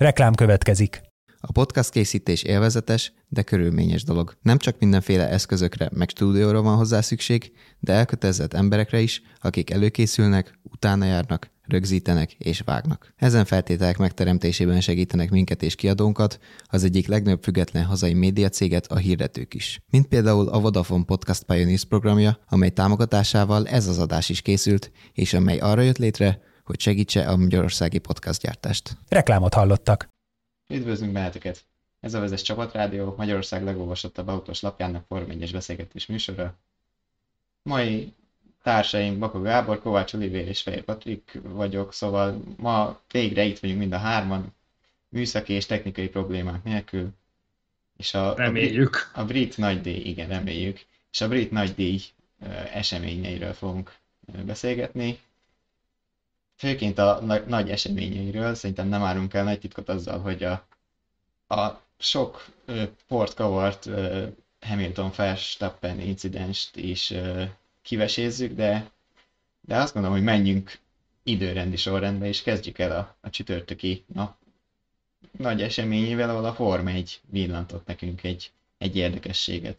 Reklám következik. A podcast készítés élvezetes, de körülményes dolog. Nem csak mindenféle eszközökre meg stúdióra van hozzá szükség, de elkötelezett emberekre is, akik előkészülnek, utána járnak, rögzítenek és vágnak. Ezen feltételek megteremtésében segítenek minket és kiadónkat, az egyik legnagyobb független hazai médiacéget, a hirdetők is. Mint például a Vodafone Podcast Pioneers programja, amely támogatásával ez az adás is készült, és amely arra jött létre, hogy segítse a magyarországi podcastgyártást. Reklámot hallottak. Üdvözlünk benneteket! Ez a Vezes Csapatrádió, Magyarország legolvasottabb autós lapjának Form 1-es beszélgetés műsora. Mai társaim Baka Gábor, Kovács Olivér és Fehér Patrik vagyok, szóval ma végre itt vagyunk mind a hárman, műszaki és technikai problémák nélkül. És reméljük. A brit nagydíj, igen, reméljük. És a brit nagydíj eseményeiről fogunk beszélgetni. Főként a nagy eseményeiről, szerintem nem árunk el nagy titkot azzal, hogy a sok port kavart Hamilton-Verstappen incidenst is kivesézzük, de azt gondolom, hogy menjünk időrendi sorrendbe, és kezdjük el a csütörtöki nap nagy eseményével, ahol a Form 1 villantott nekünk egy érdekességet.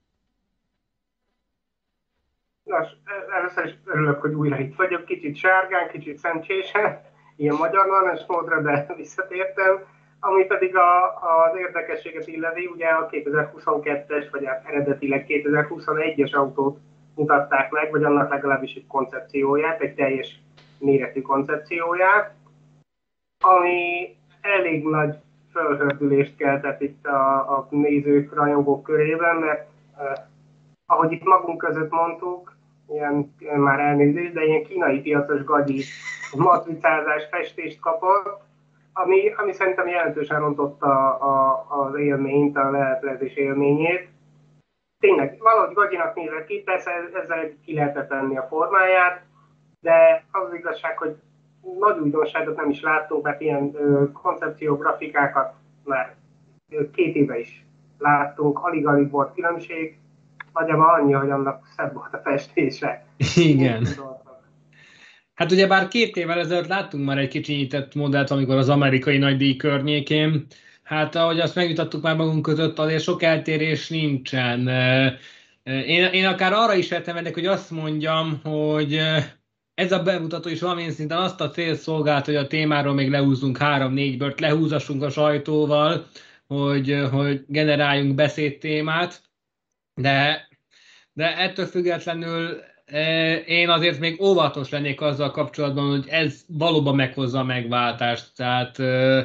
Nos, először is örülök, hogy újra itt vagyok, kicsit sárgán, kicsit szemcsésen, ilyen magyar manes módra, de visszatértem. Ami pedig az érdekességet illeti, ugye a 2022-es, vagy eredetileg 2021-es autót mutatták meg, vagy annak legalábbis egy koncepcióját, egy teljes méretű koncepcióját, ami elég nagy fölhördülést keltett itt a nézők, rajongók körében, mert ahogy itt magunk között mondtuk, ilyen már elnézést, de ilyen kínai piacos gagyi matricázás festést kapott, ami szerintem jelentősen rontotta az élményt, a leleplezés élményét. Tényleg, valahogy gagyinak nézett ki, persze ezzel ki lehetett tenni a formáját, de az igazság, hogy nagy újdonságot nem is láttunk, mert ilyen koncepciógrafikákat már 2 éve is láttunk, alig-alig volt különbség, nagyjából annyi, hogy annak szebb volt a festése. Igen. Hát ugyebár 2 évvel ezelőtt láttunk már egy kicsinyített modellt, amikor az amerikai nagydíj környékén. Hát ahogy azt megvitattuk már magunk között, azért sok eltérés nincsen. Én akár arra is eltemettek, hogy azt mondjam, hogy ez a bemutató is valamilyen szinten azt a célt szolgált, hogy a témáról még lehúzzunk 3-4 bört, lehúzassunk a sajtóval, hogy generáljunk beszédtémát, de ettől függetlenül én azért még óvatos lennék azzal kapcsolatban, hogy ez valóban meghozza a megváltást. Tehát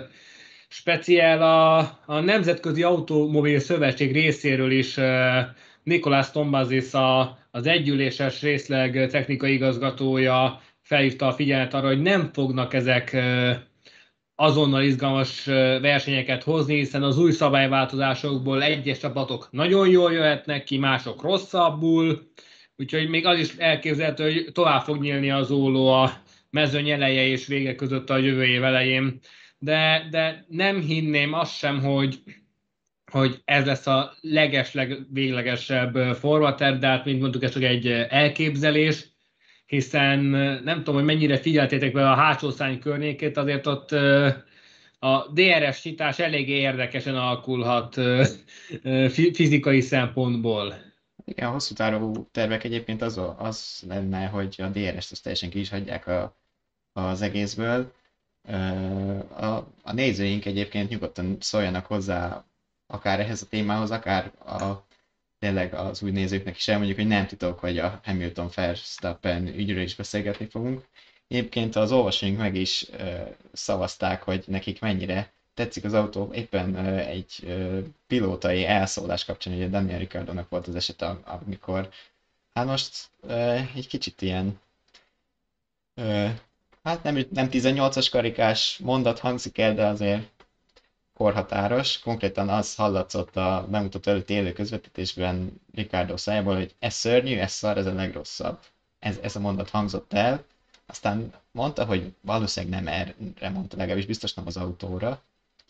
speciál a Nemzetközi Automobil Szövetség részéről is Nikolás Tombazis, az együléses részleg technikai igazgatója felhívta a figyelmet arra, hogy nem fognak ezek azonnal izgalmas versenyeket hozni, hiszen az új szabályváltozásokból egyes csapatok nagyon jól jöhetnek ki, mások rosszabbul, úgyhogy még az is elképzelhető, hogy tovább fog nyílni az óló a mezőny eleje és vége között a jövő év elején. De nem hinném azt sem, hogy ez lesz a véglegesebb formaterv, de hát, mint mondtuk, ez csak egy elképzelés, hiszen nem tudom, hogy mennyire figyeltétek be a hátsó szárny környékét, azért ott a DRS nyitás eléggé érdekesen alakulhat fizikai szempontból. Igen, a hosszú távú tervek egyébként az lenne, hogy a DRS-t azt teljesen ki is hagyják az egészből. A nézőink egyébként nyugodtan szóljanak hozzá akár ehhez a témához, akár tényleg az új nézőknek is elmondjuk, hogy nem titok, hogy a Hamilton-Verstappen ügyről is beszélgetni fogunk. Egyébként az olvasóink meg is szavazták, hogy nekik mennyire tetszik az autó. Éppen egy pilótai elszólás kapcsán, ugye Daniel Ricciardónak volt az eset, amikor hát most egy kicsit ilyen hát nem 18-as karikás mondat hangzik el, de azért korhatáros. Konkrétan az hallatszott a bemutató előtti élő közvetítésben Ricciardo szájából, hogy ez szörnyű, ez szar, ez a legrosszabb. Ez a mondat hangzott el. Aztán mondta, hogy valószínűleg nem erre mondta, legalábbis biztos nem az autóra.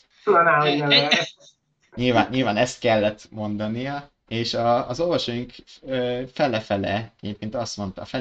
Nyilván ezt kellett mondania, és az olvasóink fele-fele egyébként azt mondta, a felének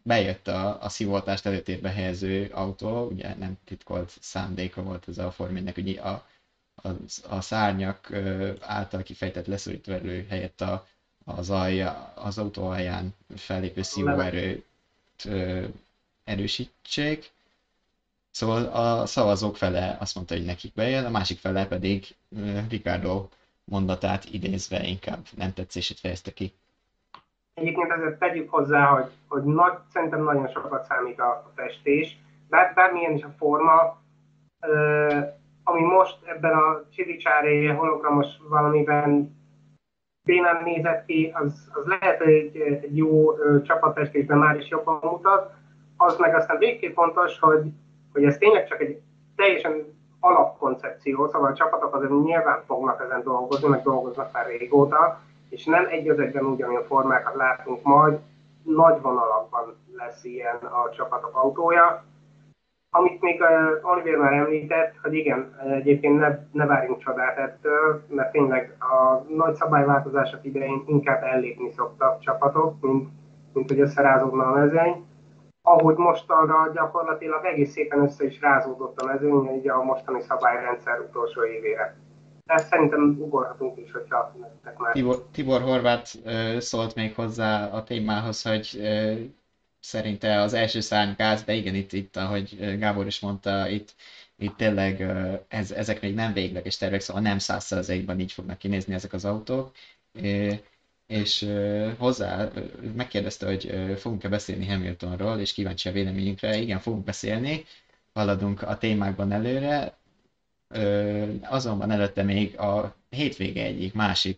bejött a szivoltást előtérbe helyező autó, ugye nem titkolt szándéka volt ez a Form 1-nek, ugye a szárnyak által kifejtett leszorító erő helyett az autó alján fellépő szívóerőt erősítsék. Szóval a szavazók fele azt mondta, hogy nekik bejön, a másik fele pedig Ricardo mondatát idézve inkább nem tetszését fejezte ki. Egyébként ezért tegyük hozzá, hogy szerintem nagyon sokat számít a festés, bármilyen is a forma, ami most ebben a Chili hologramos valamiben bénán nézett ki, az lehet, hogy egy jó csapatfestésben már is jobban mutat, az meg aztán végképp fontos, hogy ez tényleg csak egy teljesen alapkoncepció, szóval a csapatok azért nyilván fognak ezen dolgozni, meg dolgoznak már régóta, és nem egy az egyben ugyanolyan formákat látunk majd, nagy vonalakban lesz ilyen a csapatok autója. Amit még Oliver már említett, hogy igen, egyébként ne várjunk csodát ettől, mert tényleg a nagy szabályváltozások idején inkább ellépni szoktak csapatok, mint hogy összerázódna a mezőny. Ahogy mostanra gyakorlatilag egész szépen össze is rázódott a mezőny, ugye a mostani szabályrendszer utolsó évére. Ezt szerintem ugorhatunk is, hogyha nektek már. Tibor Horváth szólt még hozzá a témához, hogy szerinte az első szárny gáz, de igen, itt ahogy Gábor is mondta, itt tényleg ezek még nem végleges tervek, szóval nem 100%-ban így fognak kinézni ezek az autók. És hozzá megkérdezte, hogy fogunk-e beszélni Hamiltonról, és kíváncsi a véleményünkre. Igen, fogunk beszélni, haladunk a témákban előre, azonban előtte még a hétvége egyik másik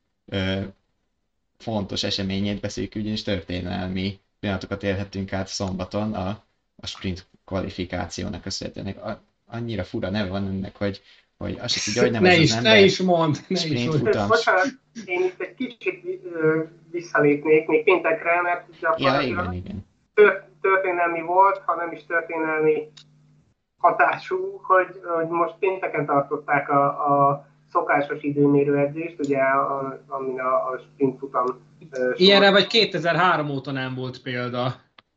fontos eseményét beszéljük, ugyanis történelmi pillanatokat élhettünk át szombaton a sprint kvalifikációnak köszönhetően. Annyira fura neve van ennek, hogy azt se tudja, hogy nem ez az ember. Ne is mondd! Bocsánat, én itt egy kicsit visszalépnék még péntekre, mert gyakorlatilag igen. Történelmi volt, ha nem is történelmi hatású, hogy most pénteken tartották a szokásos időmérő edzést, ugye amin a sprint futam. Ilyenre vagy 2003 óta nem volt példa.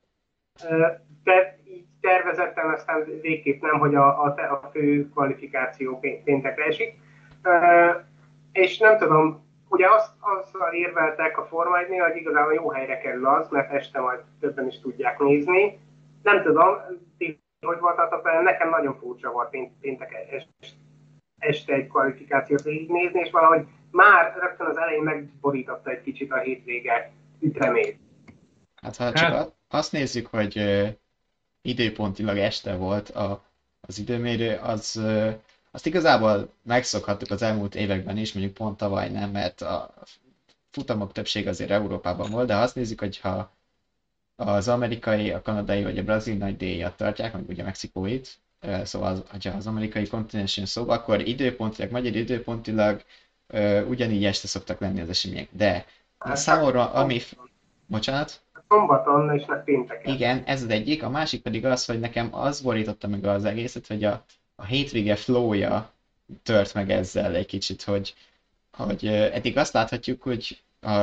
De így tervezetten aztán végképp nem, hogy a fő kvalifikáció péntekre esik. És nem tudom, ugye azzal érveltek a Forma 1-nél, hogy igazából jó helyre kerül az, mert este majd többen is tudják nézni. Nem tudom, hogy voltatok vele, nekem nagyon furcsa volt pénteken este egy kvalifikációt így nézni, és valahogy már rögtön az elején megborította egy kicsit a hétvége ütemét. Hát ha csak azt nézzük, hogy időpontilag este volt az időmérő, azt igazából megszokhattuk az elmúlt években is, mondjuk pont tavaly nem, mert a futamok többség azért Európában volt, de ha azt nézzük, hogy ha az amerikai, a kanadai vagy a brazil nagy díjat tartják, meg ugye a mexikóit, szóval ha az amerikai kontinens jön szóba, akkor időpontilag, magyar időpontilag ugyanígy este szoktak lenni az események. De számomra, ami... Bocsánat? Szombaton és meg pénteken. Igen, ez az egyik. A másik pedig az, hogy nekem az borította meg az egészet, hogy a hétvége flowja tört meg ezzel egy kicsit, hogy eddig azt láthatjuk, hogy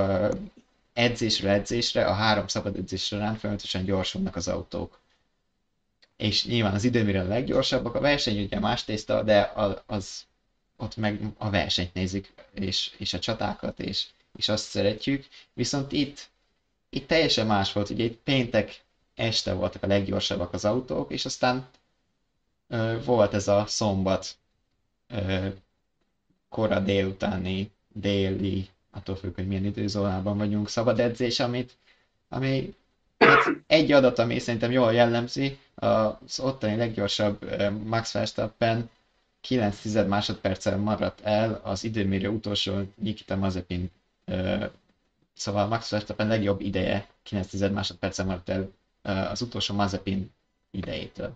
edzésre, a 3 szabad edzés során folyamatosan gyorsulnak az autók. És nyilván az időmérő a leggyorsabbak, a verseny ugye más tészta, de ott meg a versenyt nézik, és a csatákat, és azt szeretjük. Viszont itt teljesen más volt, ugye itt péntek este voltak a leggyorsabbak az autók, és aztán volt ez a szombat kora déli, attól függ, hogy milyen időzónában vagyunk, szabad edzés, ami hát egy adat, ami szerintem jól jellemzi, az ottani leggyorsabb Max Verstappen 9 másodperccel maradt el az időmérő utolsó Nikita Mazepin, szóval Max Verstappen legjobb ideje 9 másodperccel maradt el az utolsó Mazepin idejétől.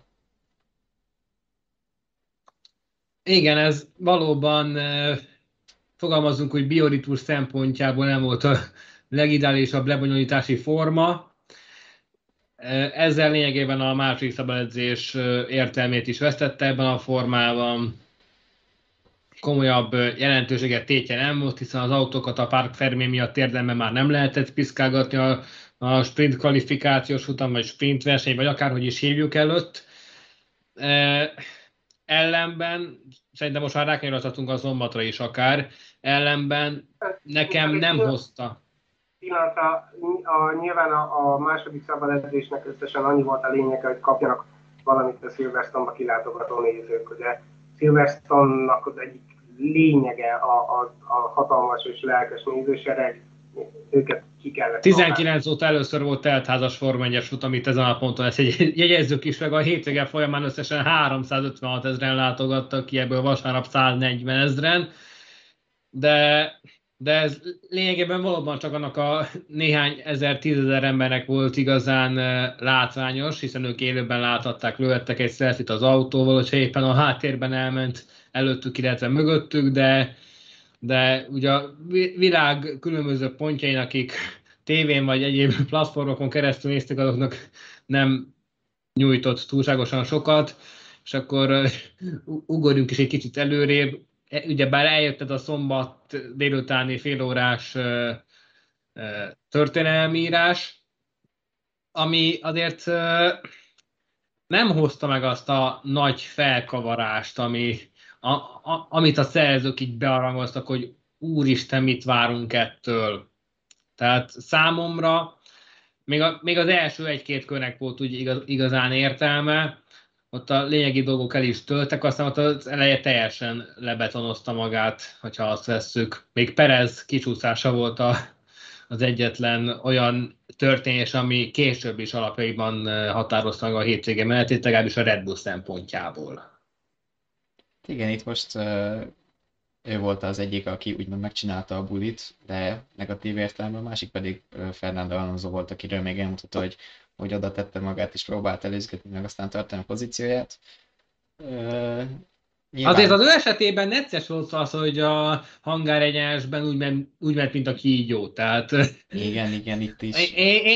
Igen, ez valóban fogalmazunk, hogy bioritmus szempontjából nem volt a legideálisabb lebonyolítási forma. Ezzel lényegében a második szabadedzés értelmét is vesztette ebben a formában. Komolyabb jelentőséget tétje nem volt, hiszen az autókat a Parc Fermé miatt érdemben már nem lehetett piszkálgatni a a sprint kvalifikációs futam, vagy sprint verseny, vagy akárhogy is hívjuk előtt. Ellenben, szerintem most már rákanyarodhatunk a szombatra is akár, ellenben nekem nem hozta. Pillanatra nyilván a második szabad edzésnek összesen annyi volt a lényege, hogy kapjanak valamit a Silverstone-ba kilátogató nézők. Ugye Silverstone-nak az egyik lényege a hatalmas és lelkes nézősereg, őket ki kellett 19 óta először volt teltházas Forma 1-es futam itt ezen a ponton, ezt jegyezzük is meg, a hétvége folyamán összesen 356 000 látogattak ki, ebből vasárnap 140 000, de ez lényegében valóban csak annak a néhány ezer, 10 000 embernek volt igazán látványos, hiszen ők élőben láthatták, lőhettek egy selfit az autóval, hogyha éppen a háttérben elment előttük, illetve mögöttük, de ugye a világ különböző pontjain, akik tévén vagy egyéb platformokon keresztül néztek, azoknak nem nyújtott túlságosan sokat, és akkor ugorjunk is egy kicsit előrébb. Ugyebár eljötted a szombat délutáni félórás történelmírás, ami azért nem hozta meg azt a nagy felkavarást, amit a szerzők így bearangoztak, hogy úristen, mit várunk ettől. Tehát számomra még az első egy-két körnek volt úgy igazán értelme, ott a lényegi dolgok el is töltek, aztán ott az eleje teljesen lebetonozta magát, hogyha azt vesszük. Még Perez kicsúszása volt az egyetlen olyan történés, ami később is alapjaiban határozta meg a hétvége menetét, legalábbis a Red Bull szempontjából. Igen, itt most ő volt az egyik, aki úgymond megcsinálta a bulit, de negatív értelemben, a másik pedig Fernando Alonso volt, akiről még elmutatta, hogy oda tette magát és próbált előzgetni, meg aztán tartani a pozícióját. Nyilván... Azért az ő esetében necces volt az, hogy a hangáregyenesben úgy ment, mint a kígyó. Tehát... Igen, itt is.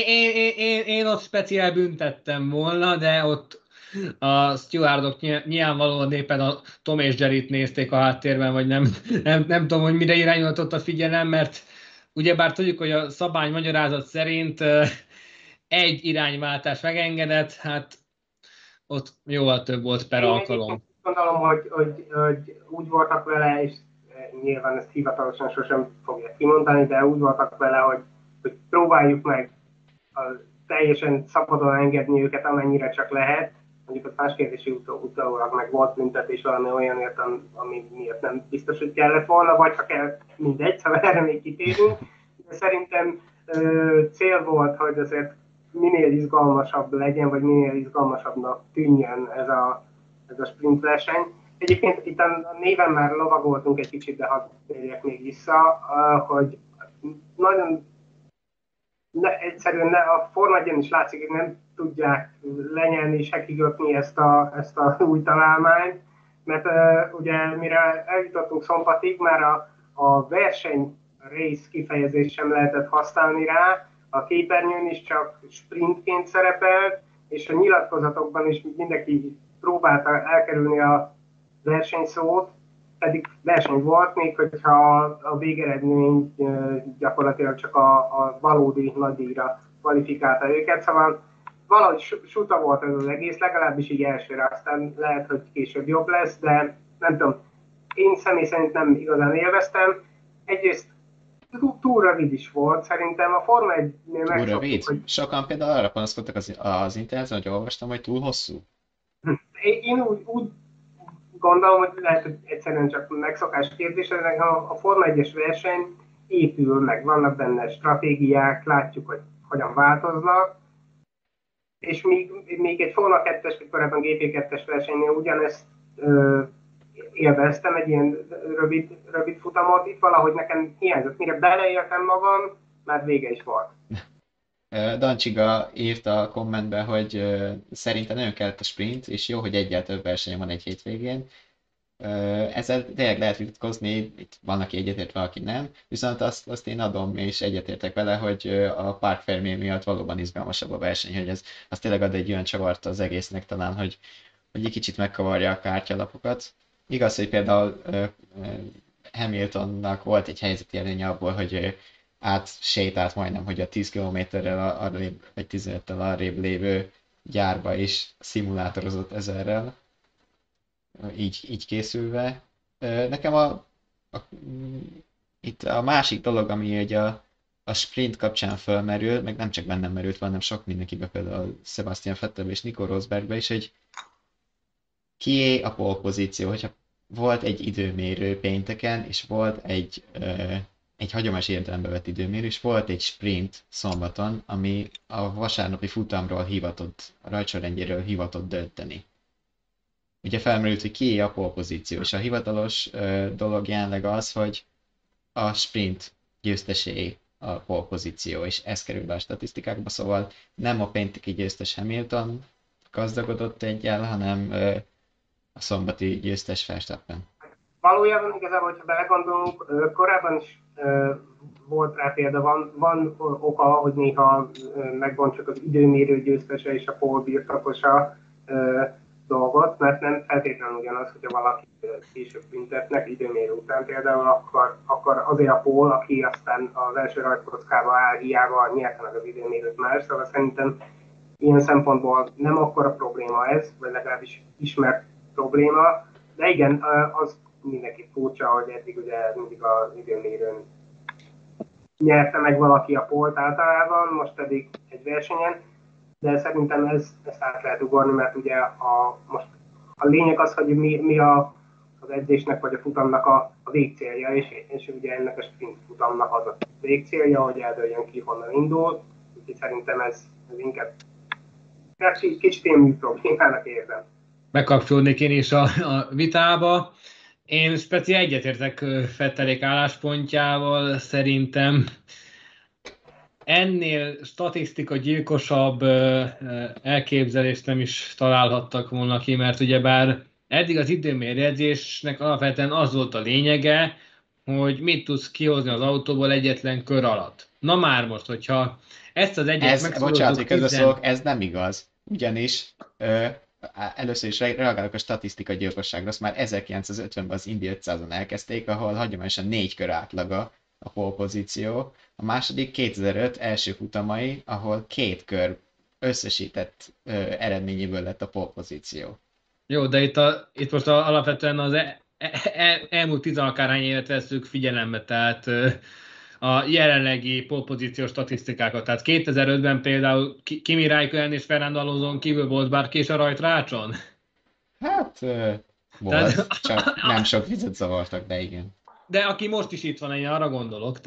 Én ott speciál büntettem volna, de ott a stewardok nyilvánvalóan éppen a Tom és Jerryt nézték a háttérben, vagy nem tudom, hogy mire irányultott a figyelem, mert ugyebár tudjuk, hogy a szabály magyarázat szerint egy irányváltás megengedett, hát ott jóval több volt per alkalom. Gondolom, hogy úgy voltak vele, és nyilván ezt hivatalosan sosem fogják kimondani, de úgy voltak vele, hogy próbáljuk meg teljesen szabadon engedni őket, amennyire csak lehet. Mondjuk a más kérdési utólag meg volt büntetés valami olyanért, ami miatt nem biztos, hogy kellett volna, vagy ha kell, mindegy, szóval erre még kitérünk. De szerintem cél volt, hogy azért minél izgalmasabb legyen, vagy minél izgalmasabbnak tűnjön ez a sprint verseny. Egyébként itt a néven már lovagoltunk egy kicsit, de hadd térjek még vissza, hogy nagyon egyszerűen a Forma 1-en is látszik, hogy nem tudják lenyelni, se kiköpni ezt a új találmányt, mert ugye mire eljutottunk szombatig, már a verseny race kifejezést sem lehetett használni rá, a képernyőn is csak sprintként szerepelt, és a nyilatkozatokban is mindenki próbálta elkerülni a versenyszót, pedig verseny volt, még hogyha a végeredmény gyakorlatilag csak a valódi nagydíjra kvalifikálta őket, szóval valahogy suta volt ez az egész, legalábbis így elsőre, aztán lehet, hogy később jobb lesz, de nem tudom, én személy szerint nem igazán élveztem. Egyrészt túl rövid is volt, szerintem a Forma 1-nél túl rövid? Hogy... Sokan például arra panaszkodtak az interneten, hogy olvastam, hogy túl hosszú. Én úgy gondolom, hogy lehet, hogy egyszerűen csak megszokás kérdés, a Forma 1-es verseny épül meg, vannak benne stratégiák, látjuk, hogy hogyan változnak, és még egy Forma 2-es, vagy korábban GP2-es versenynél ugyanezt élveztem, egy ilyen rövid futamot, itt valahogy nekem hiányzott, mire beleéltem magam, már vége is volt. Dancsiga írta a kommentben, hogy szerintem nagyon kellett a sprint, és jó, hogy egyáltalán több verseny van egy hétvégén. Ezzel tényleg lehet vitatkozni, itt van, aki egyetért, valaki nem, viszont azt én adom, és egyetértek vele, hogy a Parc Fermé miatt valóban izgalmasabb a verseny, hogy az tényleg ad egy olyan csavart az egésznek talán, hogy egy kicsit megkavarja a kártyalapokat. Igaz, hogy például Hamiltonnak volt egy helyzeti előnye abból, hogy átsétált majdnem, hogy a 10 kilométerrel arrébb, vagy 15-tel arrébb lévő gyárba is szimulátorozott ezerrel, így készülve. Nekem itt a másik dolog, ami ugye a sprint kapcsán fölmerül, meg nem csak bennem merült, hanem sok mindenkibe, például Sebastian Vettel és Nico Rosbergbe is, hogy kié a pole pozíció, hogyha volt egy időmérő pénteken, és volt egy hagyományos értelembe vett időmérő, és volt egy sprint szombaton, ami a vasárnapi futamról hivatott, a rajtsorrendjéről hivatott dönteni. Ugye felmerült, hogy kié a pole pozíció, és a hivatalos dolog jelenleg az, hogy a sprint győztesé a pole pozíció, és ez kerül be a statisztikákba, szóval nem a pénteki győztes Hamilton gazdagodott egyel, hanem a szombati győztes Verstappen. Valójában igazából, hogyha belegondolunk, korábban is volt rá példa, van oka, hogy néha megbontjuk az időmérő győztese és a pole birtokosa dolgot, mert nem feltétlenül ugyanaz, hogyha valaki később büntetnek időmérő után például, akkor azért a pole, aki aztán az első rajtkockába áll, hiába nyerte meg az időmérőt már, szóval szerintem ilyen szempontból nem akkora probléma ez, vagy legalábbis ismert probléma, de igen, az mindenki furcsa, hogy eddig ugye mindig az időmérőn nyerte meg valaki a polt általában, most pedig egy versenyen, de szerintem ezt át lehet ugorni, mert ugye most a lényeg az, hogy mi az edzésnek vagy a futamnak a végcélja, és ugye ennek a sprint futamnak az a végcélja, hogy eldőljön ki, honnan indul, úgyhogy szerintem ez inkább kicsit én problémának érzem. Bekapcsolódnék én is a vitába. Én speciál egyetértek Vettelék álláspontjával, szerintem ennél statisztika gyilkosabb elképzelést nem is találhattak volna ki, mert ugyebár eddig az időmérőedzésnek alapvetően az volt a lényege, hogy mit tudsz kihozni az autóból egyetlen kör alatt. Na már most, hogyha ezt az egyet bocsánat, hogy közbeszólok, ez nem igaz. Ugyanis először is reagálok a statisztika gyilkosságra, azt már 1950-ben az Indy 500-on elkezdték, ahol hagyományosan 4 kör átlaga a pole pozíció. A második 2005 első futamai, ahol 2 kör összesített eredményéből lett a pole pozíció. Jó, de itt most alapvetően az elmúlt 10 akárhány évet veszük figyelembe, tehát a jelenlegi polpozíciós statisztikákat. Tehát 2005-ben például Kimi Räikkönen és Fernando Alonson kívül volt bárki is a rajtrácson? Hát volt, csak nem sok vizet zavartak, de igen. De aki most is itt van, én arra gondolok.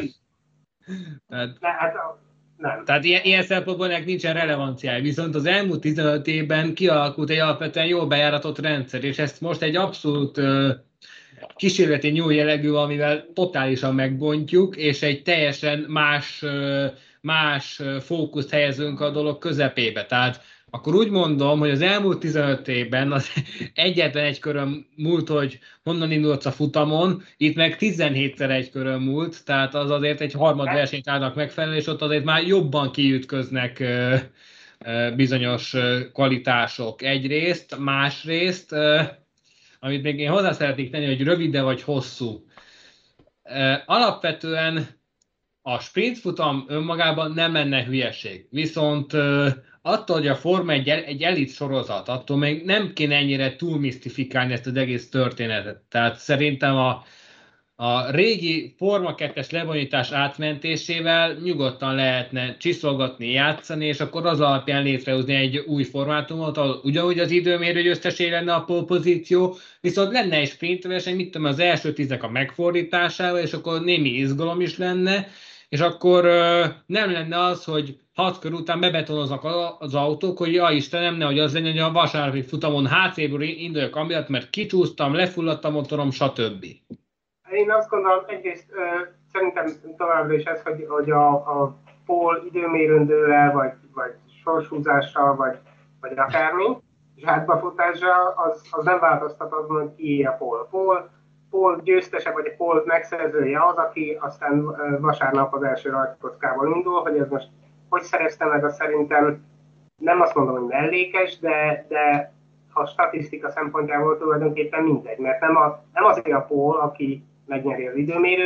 Tehát ilyen szempontból ennek nincsen relevanciája. Viszont az elmúlt 15 évben kialakult egy alapvetően jól bejáratott rendszer, és ezt most egy abszolút kísérleti nyúl jellegű, amivel totálisan megbontjuk, és egy teljesen más fókuszt helyezünk a dolog közepébe. Tehát akkor úgy mondom, hogy az elmúlt 15 évben az egyetlen egy körön múlt, hogy honnan indulsz a futamon, itt meg 17-szer egy körön múlt, tehát az azért egy harmad versenyt állnak megfelelő, és ott azért már jobban kiütköznek bizonyos kvalitások egyrészt, másrészt, amit még én hozzá szeretnék tenni, hogy rövid vagy hosszú. Alapvetően a sprint futam önmagában nem lenne hülyeség. Viszont attól, hogy a Forma egy elit sorozat, attól még nem kéne ennyire túlmisztifikálni ezt az egész történetet. Tehát szerintem a régi Forma 2-es lebonyítás átmentésével nyugodtan lehetne csiszolgatni, játszani, és akkor az alapján létrehozni egy új formátumot, ahol ugyanúgy az időmérő győztesé lenne a pole pozíció, viszont lenne egy sprintverseny, mit tudom, az első 10-nek a megfordításával, és akkor némi izgalom is lenne, és akkor nem lenne az, hogy 6 kör után bebetonoznak az autók, hogy ja Istenem, nehogy az legyen, hogy a vasárnapi futamon hátrébről induljak amiatt, mert kicsúsztam, lefulladt a motorom, stb. Én azt gondolom, egyrészt szerintem továbbra is ez, hogy a pole időmérőndővel, vagy sorshúzással, vagy akármi, és hátbafutással, az nem változtat azon, hogy ki a pole. Pole győztese, vagy a pole megszerzője az, aki aztán vasárnap az első rajtkockával indul, hogy ez most hogy szerezte meg, azt szerintem nem azt mondom, hogy mellékes, de a statisztika szempontjából tulajdonképpen mindegy, mert nem azért a pole, aki megnyeri az időmérőt,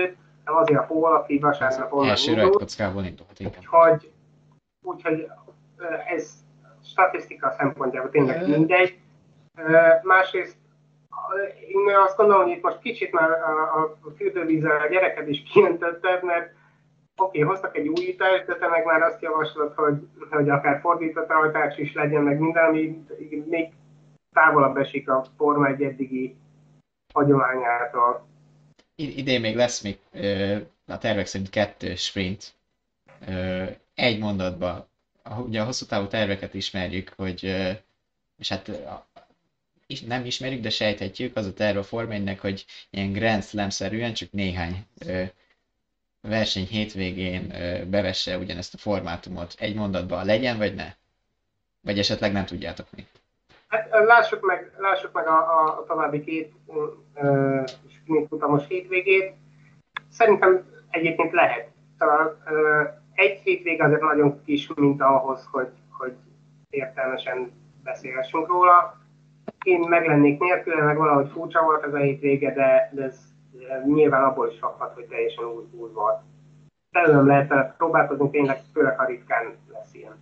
azért a holnapi vasárnap onnan első indult. rajtkockából indult, igen. Úgyhogy ez statisztika szempontjából tényleg mindegy. Másrészt én azt gondolom, hogy itt most kicsit már a fürdővízzel a gyereket is kiöntötted, mert oké, hoztak egy újítást, de te meg már azt javaslod, hogy akár fordított rajtás is legyen, meg minden, ami még távolabb esik a Forma 1 eddigi hagyományától. Idén még lesz még a tervek szerint 2 sprint. Egy mondatban, ugye a hosszú távú terveket ismerjük, hogy, és hát nem ismerjük, de sejthetjük, az a terv a Forma 1-nek, hogy ilyen Grand Slam-szerűen csak néhány verseny hétvégén bevesse ugyanezt a formátumot. Egy mondatban legyen, vagy ne? Vagy esetleg nem tudjátok még? Hát lássuk meg a további 2 sprintfutamos hétvégét. Szerintem egyébként lehet. Talán egy hétvég azért nagyon kis minta ahhoz, hogy értelmesen beszélhessünk róla. Én meg lennék nélküle, meg valahogy furcsa volt ez a hétvége, de ez nyilván abból is fakad, hogy teljesen új volt. Előbb lehet próbálkozni, tényleg főleg ha ritkán lesz ilyen.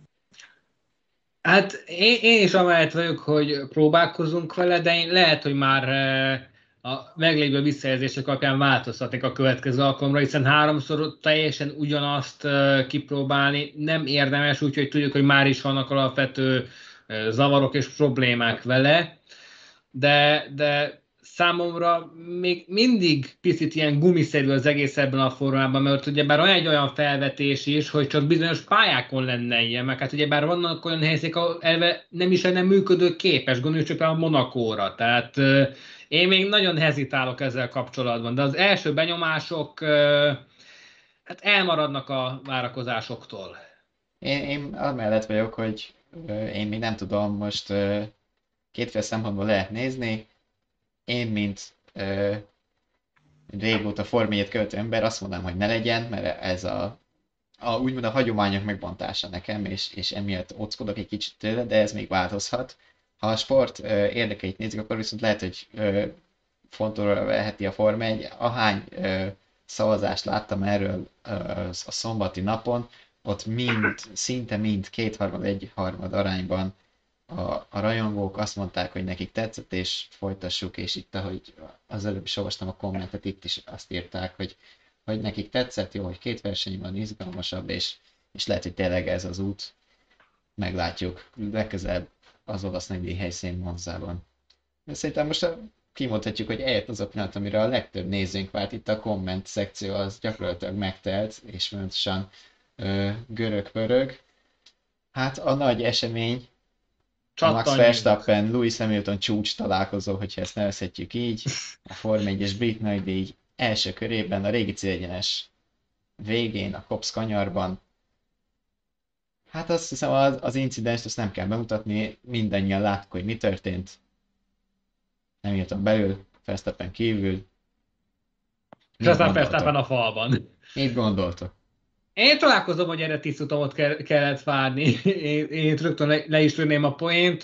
Hát én is amellett vagyok, hogy próbálkozunk vele, de lehet, hogy már a meglévő visszajelzések alapján változtatnék a következő alkalomra, hiszen 3-szor teljesen ugyanazt kipróbálni nem érdemes, úgyhogy tudjuk, hogy már is vannak alapvető zavarok és problémák vele, de számomra még mindig picit ilyen gumiszerű az egész ebben a formában, mert ugyebár van egy olyan felvetés is, hogy csak bizonyos pályákon lenne ilyen, meg hát ugyebár vannak olyan helyszínek, ahol elve nem is lenne működő képes, gondoljuk csak a Monakóra, tehát én még nagyon hezitálok ezzel kapcsolatban, de az első benyomások hát elmaradnak a várakozásoktól. Én amellett vagyok, hogy én még nem tudom, most kétféle szempontból lehet nézni. Én, mint régóta Forma 1-et követő ember, azt mondanám, hogy ne legyen, mert ez úgymond a hagyományok megbontása nekem, és emiatt óckodok egy kicsit tőle, de ez még változhat. Ha a sport érdekeit nézzük, akkor viszont lehet, hogy fontolóra veheti a Forma 1. Ahány szavazást láttam erről a szombati napon, ott szinte mind 2/3-1/3 arányban a rajongók azt mondták, hogy nekik tetszett, és folytassuk, és itt, ahogy az előbb is olvastam a kommentet, itt is azt írták, hogy nekik tetszett, jó, hogy 2 verseny van, izgalmasabb, és lehet, hogy tényleg ez az út. Meglátjuk legközelebb az olasz nagydíj helyszín Monzában. De szerintem most kimondhatjuk, hogy eljött az a pillanat, amire a legtöbb nézőnk várt, itt a komment szekció az gyakorlatilag megtelt, és pontosan görög-pörög. Hát a nagy esemény, a Max Verstappen, Lewis Hamilton csúcs találkozó, hogyha ezt nevezhetjük így, a Forma 1-es brit nagydíj első körében, a régi célegyenes végén, a Copse kanyarban. Hát azt hiszem az incidenst azt nem kell bemutatni, mindannyian láttuk, hogy mi történt. Hamilton belül, Verstappen kívül. És aztán Verstappen a falban. Mit gondoltok? Én találkozom, hogy erre 10 utamot kellett várni. Én rögtön le is lőném a poént.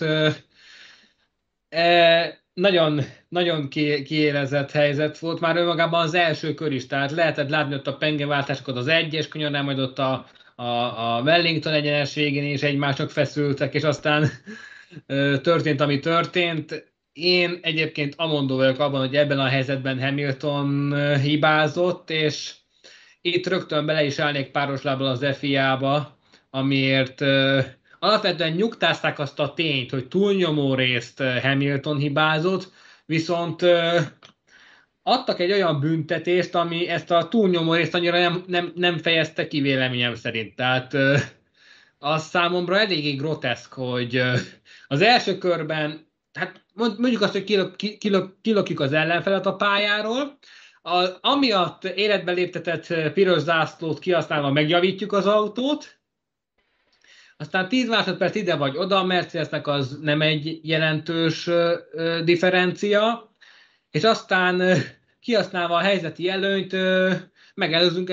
Nagyon, nagyon kiélezett helyzet volt már önmagában az első kör is, tehát lehetett látni ott a pengeváltásokat az 1-es kanyarnál, majd ott a Wellington egyenes végén is egymásnak feszültek, és aztán történt, ami történt. Én egyébként amondó vagyok abban, hogy ebben a helyzetben Hamilton hibázott, és itt rögtön bele is állnék páros lábbal az FIA-ba, amiért alapvetően nyugtázták azt a tényt, hogy túlnyomó részt Hamilton hibázott, viszont adtak egy olyan büntetést, ami ezt a túlnyomó részt annyira nem fejezte ki véleményem szerint. Tehát az számomra eléggé groteszk, hogy az első körben, hát mondjuk azt, hogy kilökjük az ellenfelet a pályáról, amiatt életbe léptetett piros zászlót kihasználva megjavítjuk az autót, aztán 10 másodperc ide vagy oda, a Mercedesnek az nem egy jelentős differencia, és aztán kihasználva a helyzeti előnyt megelőzünk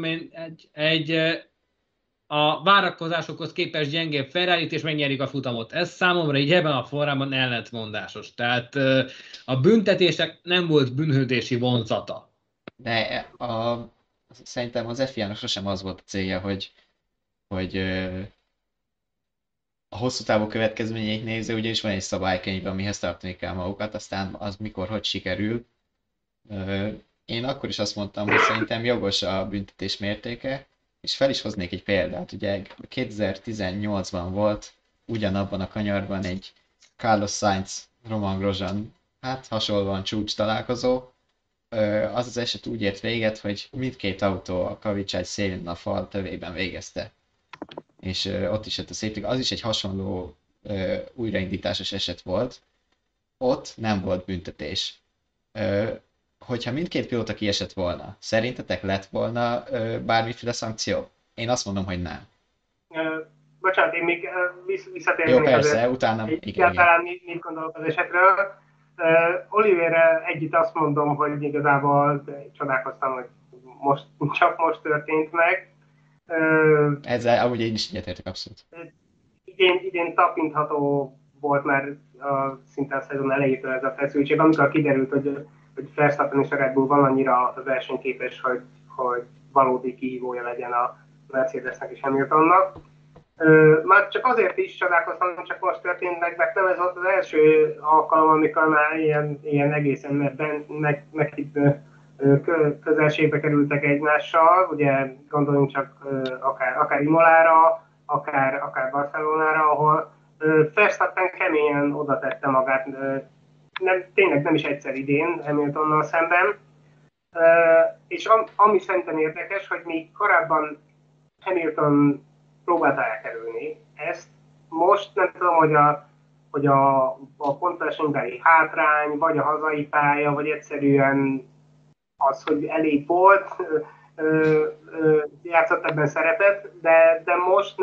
a várakozásokhoz képest gyengébb Ferrarit, és megnyerik a futamot. Ez számomra így ebben a formában ellentmondásos. Tehát a büntetések nem volt bűnhődési vonzata. De szerintem az FIA-nak sosem az volt a célja, hogy a hosszú távú következményeit nézze, ugyanis van egy szabálykönyv, amihez tartani kell magukat, aztán az mikor, hogy sikerül. Én akkor is azt mondtam, hogy szerintem jogos a büntetés mértéke, és fel is hoznék egy példát. Ugye 2018-ban volt ugyanabban a kanyarban egy Carlos Sainz, Romain Grosjean, hát hasonlóan csúcs találkozó. Az az eset úgy ért véget, hogy mindkét autó a kavicságy szélén a fal tövében végezte. És ott is jött a safety, az is egy hasonló újraindításos eset volt. Ott nem volt büntetés. Hogyha mindkét pilóta kiesett volna, szerintetek lett volna bármiféle szankció? Én azt mondom, hogy nem. Bocsánat, én még visszatérnék. Jó, persze, utána... Egyáltalán mit gondolok az esetről. Oliverrel együtt azt mondom, hogy igazából csodálkoztam, hogy csak most történt meg. Ezzel amúgy én is egyetértek abszolút. Idén tapintható volt már szinte a szezon elejétől ez a feszültség, amikor kiderült, hogy Verstappen és a Red Bull van annyira versenyképes, hogy valódi kihívója legyen a Mercedesnek és Hamiltonnak. Már csak azért is csodálkoztam, csak most történt meg, mert nem ez volt az első alkalom, amikor már ilyen egészen közelségbe kerültek egymással, ugye gondoljunk csak akár Imolára, akár Barcelonára, ahol Verstappen keményen oda tette magát, tényleg nem is egyszer idén Hamiltonnal szemben, és ami szerintem érdekes, hogy mi korábban Hamilton próbálta elkerülni ezt, most nem tudom, hogy a pontversenybeli hátrány, vagy a hazai pálya, vagy egyszerűen az, hogy elég volt, játszott ebben szerepet, de most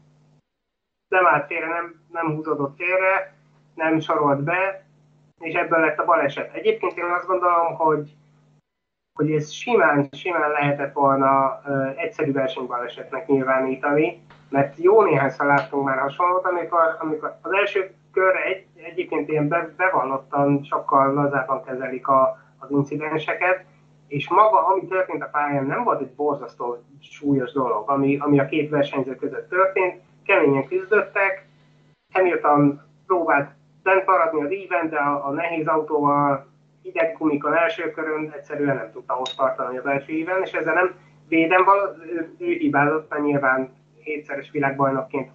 nem állt félre, nem húzódott félre, nem sorolt be, és ebből lett a baleset. Egyébként én azt gondolom, hogy ez simán lehetett volna egyszerű versenybalesetnek nyilvánítani, mert jó néhányszor láttunk már hasonlót, amikor az első körre egyébként ilyen bevallottan sokkal lazábban kezelik az incidenseket, és maga, ami történt a pályán, nem volt egy borzasztó súlyos dolog, ami a két versenyző között történt, keményen küzdöttek, Hamilton próbált bent maradni az íven, de a nehéz autóval hideg gumikon első körön egyszerűen nem tudta ott tartani az első íven, és ezzel nem védem, ő hibázott, mert nyilván 7-szeres világbajnokként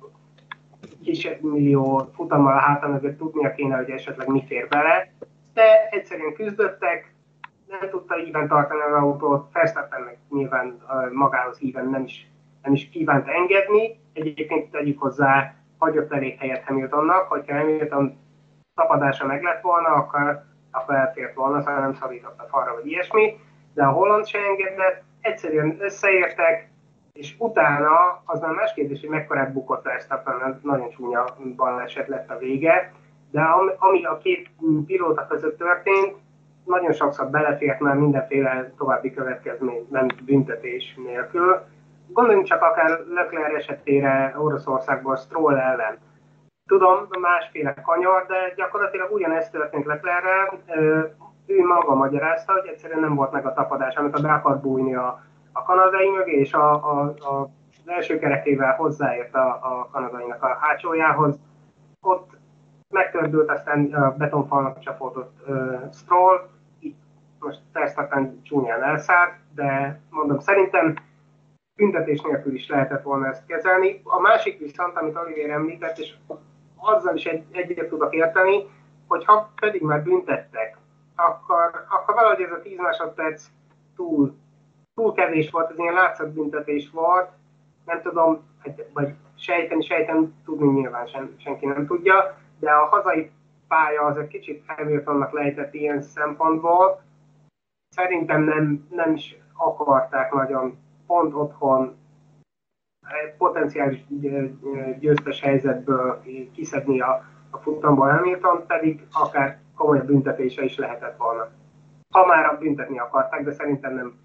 kismillió futammal a háta mögött tudnia kéne, hogy esetleg mi fér bele, de egyszerűen küzdöttek, nem tudta íven tartani az autót, Verstappennek nyilván magához híven nem is kívánt engedni, egyébként tegyük hozzá, hagyott elég helyet Hamiltonnak, hogyha Hamilton tapadása meg lett volna, akkor elfért volna, szóval nem szorított a falra, vagy ilyesmi, de a holland se engedett, egyszerűen összeértek, és utána az már más kérdés, hogy mekkorát bukott Verstappen, nagyon csúnya baleset lett a vége, de ami a két pilóta között történt, nagyon sokszor belefért már mindenféle további következmény, nem büntetés nélkül. Gondoljunk csak akár Leclerc esetére Oroszországból Stroll ellen. Tudom, másféle kanyar, de gyakorlatilag ugyanezt történt Leclerrel. Ő maga magyarázta, hogy egyszerűen nem volt meg a tapadás, amikor be akart bújni a kanadai mögé, és az első kerekével hozzáért a kanadainak a hátsójához. Ott megtördült, aztán a betonfalnak csapódott Stroll, itt most Verstappen csúnyán elszállt, de mondom, szerintem büntetés nélkül is lehetett volna ezt kezelni. A másik viszont, amit Oliver említett, és azzal is egyet tudok érteni, hogy ha pedig már büntettek, akkor valahogy ez a 10 másodperc túl kevés volt, ez ilyen látszatbüntetés volt, nem tudom, vagy sejteni tudni nyilván senki nem tudja, de a hazai pálya az egy kicsit Hamiltonnak lejtett ilyen szempontból. Szerintem nem is akarták nagyon pont otthon potenciális győztes helyzetből kiszedni a futamból Hamilton, pedig akár komolyabb büntetése is lehetett volna. Ha már büntetni akarták, de szerintem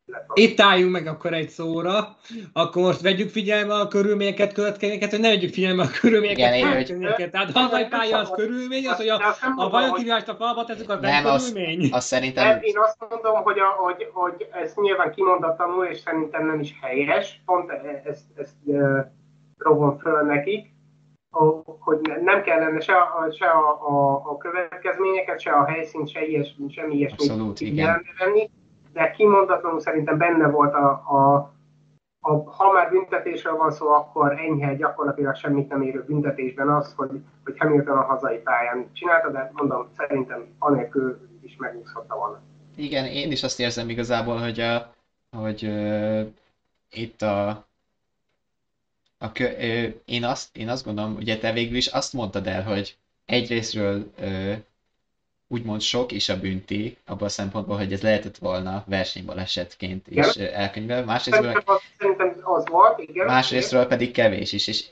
Itt álljunk meg akkor egy szóra, akkor most vegyük figyelembe a körülményeket, következményeket, vagy ne vegyük figyelembe a körülményeket, következményeket. Tehát hazai pálya az körülmény, az, hogy a bajokirjást a falba tesszük, az nem körülmény. Azt szerintem... Én azt mondom, hogy ez nyilván kimondatlanul, és szerintem nem is helyes, pont ezt rovom föl nekik, hogy nem kellene se a következményeket, se a helyszínt, semmi ilyesmit figyelembe venni, de kimondatlanul szerintem benne volt ha már büntetésről van szó, akkor enyhe, gyakorlatilag semmit nem érő büntetésben az, hogy Hamilton a hazai pályán csinálta, de mondom, szerintem anélkül is megúszhatta volna. Igen, én is azt érzem igazából, hogy itt én azt gondolom, ugye te végül is azt mondtad el, hogy egyrésztről úgymond sok is a bünti, abban a szempontból, hogy ez lehetett volna versenybalesetként is elkönyvelve. Szerintem az volt, igen. Másrésztről pedig kevés is, és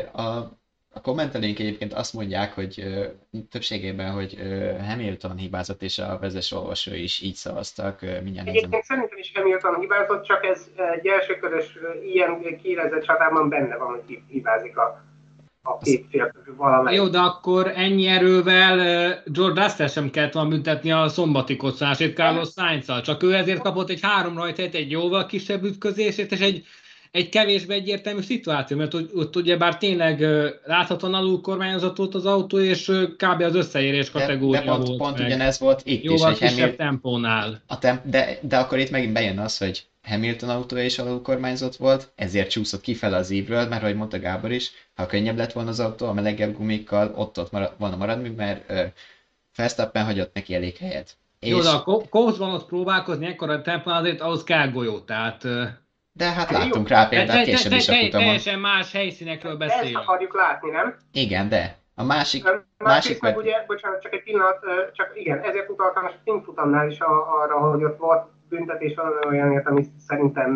a kommentelőink egyébként azt mondják, hogy többségében, hogy Hamilton hibázott, és a vezes-olvasói is így szavaztak. Egyébként szerintem is Hamilton hibázott, csak ez egy elsőkörös ilyen kiélezett csatában benne van, hogy hibázik a két fél közül valamelyik. Jó, de akkor ennyi erővel George Russell sem kellett volna büntetni a szombati koccanásét Carlos Sainz-al. Csak ő ezért kapott egy 3 rajtát, egy jóval kisebb ütközését, és egy kevésbé egyértelmű szituáció, mert ott ugyebár tényleg láthatóan alul kormányozott volt az autó, és kb. Az összeérés kategória volt. Pont ugyanez volt itt jóval is. Jóval kisebb tempónál. De akkor itt megint bejön az, hogy Hamilton autója is alul kormányzott volt, ezért csúszott kifele az ívről, mert ahogy mondta Gábor is, ha könnyebb lett volna az autó, a melegebb gumikkal, ott volna maradni, mert Verstappen hagyott neki elég helyet. Jó, de a Coachban ott próbálkozni ekkora tempón, azért ahhoz kell golyó, tehát... De hát láttunk rá példát később is a futamon. Teljesen más helyszínekről beszélünk. Ezt akarjuk látni, nem? Igen, de a másik meg ugye, bocsánat, csak egy pillanat, csak igen, ezért utaltam a sprintfutamnál is arra, hogy ott volt büntetés olyanért, ami szerintem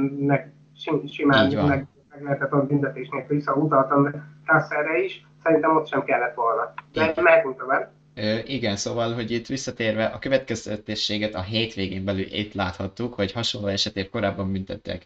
simán meg lehetett volna büntetés nélkül, visszautaltam Russellre is, szerintem ott sem kellett volna. De mehetünk tovább. Igen, szóval, hogy itt visszatérve a következtetésséget a hétvégén belül itt láthattuk, hogy hasonló esetért korábban büntettek.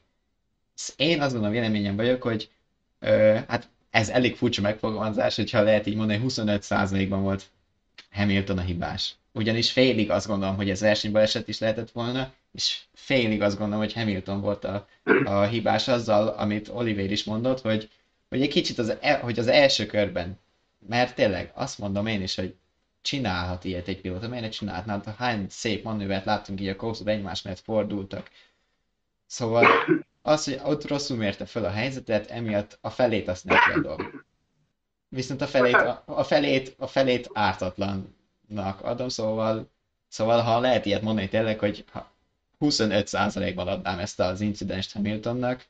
Én azt gondolom, véleményem vagyok, hogy hát ez elég furcsa megfogalmazás, hogyha lehet így mondani, 25%-ban volt Hamilton a hibás. Ugyanis félig azt gondolom, hogy ez versenybaleset is lehetett volna, és félig azt gondolom, hogy Hamilton volt a hibás azzal, amit Oliver is mondott, hogy egy kicsit hogy az első körben, mert tényleg azt mondom én is, hogy csinálhat ilyet egy pilóta, miért ne csinálhatná? Hány szép manővert láttunk így a kószban, egymás mellett fordultak. Szóval az, hogy ott rosszul mérte fel a helyzetet, emiatt a felét azt neki adom. Viszont a felét ártatlannak adom, szóval ha lehet ilyet mondani tényleg, hogy 25%-ban adnám ezt az incidenst Hamiltonnak,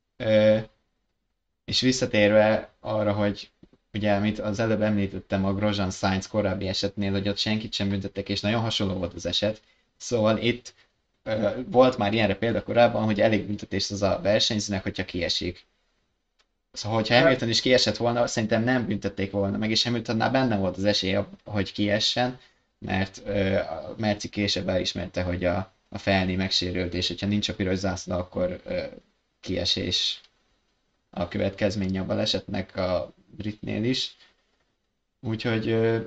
és visszatérve arra, hogy ugye, amit az előbb említettem a Grosjean Sainz korábbi esetnél, hogy ott senkit sem büntettek, és nagyon hasonló volt az eset, szóval itt volt már ilyenre példa korábban, hogy elég büntetés az a versenyzőnek, hogyha kiesik. Szóval, hogyha Hamilton is kiesett volna, szerintem nem büntették volna meg, és Hamiltonnál benne volt az esély, hogy kiessen, mert Merci később elismerte, hogy a felné megsérült, és hogyha nincs a piros zászló, akkor kiesés a következménye a balesetnek a Britnél is. Úgyhogy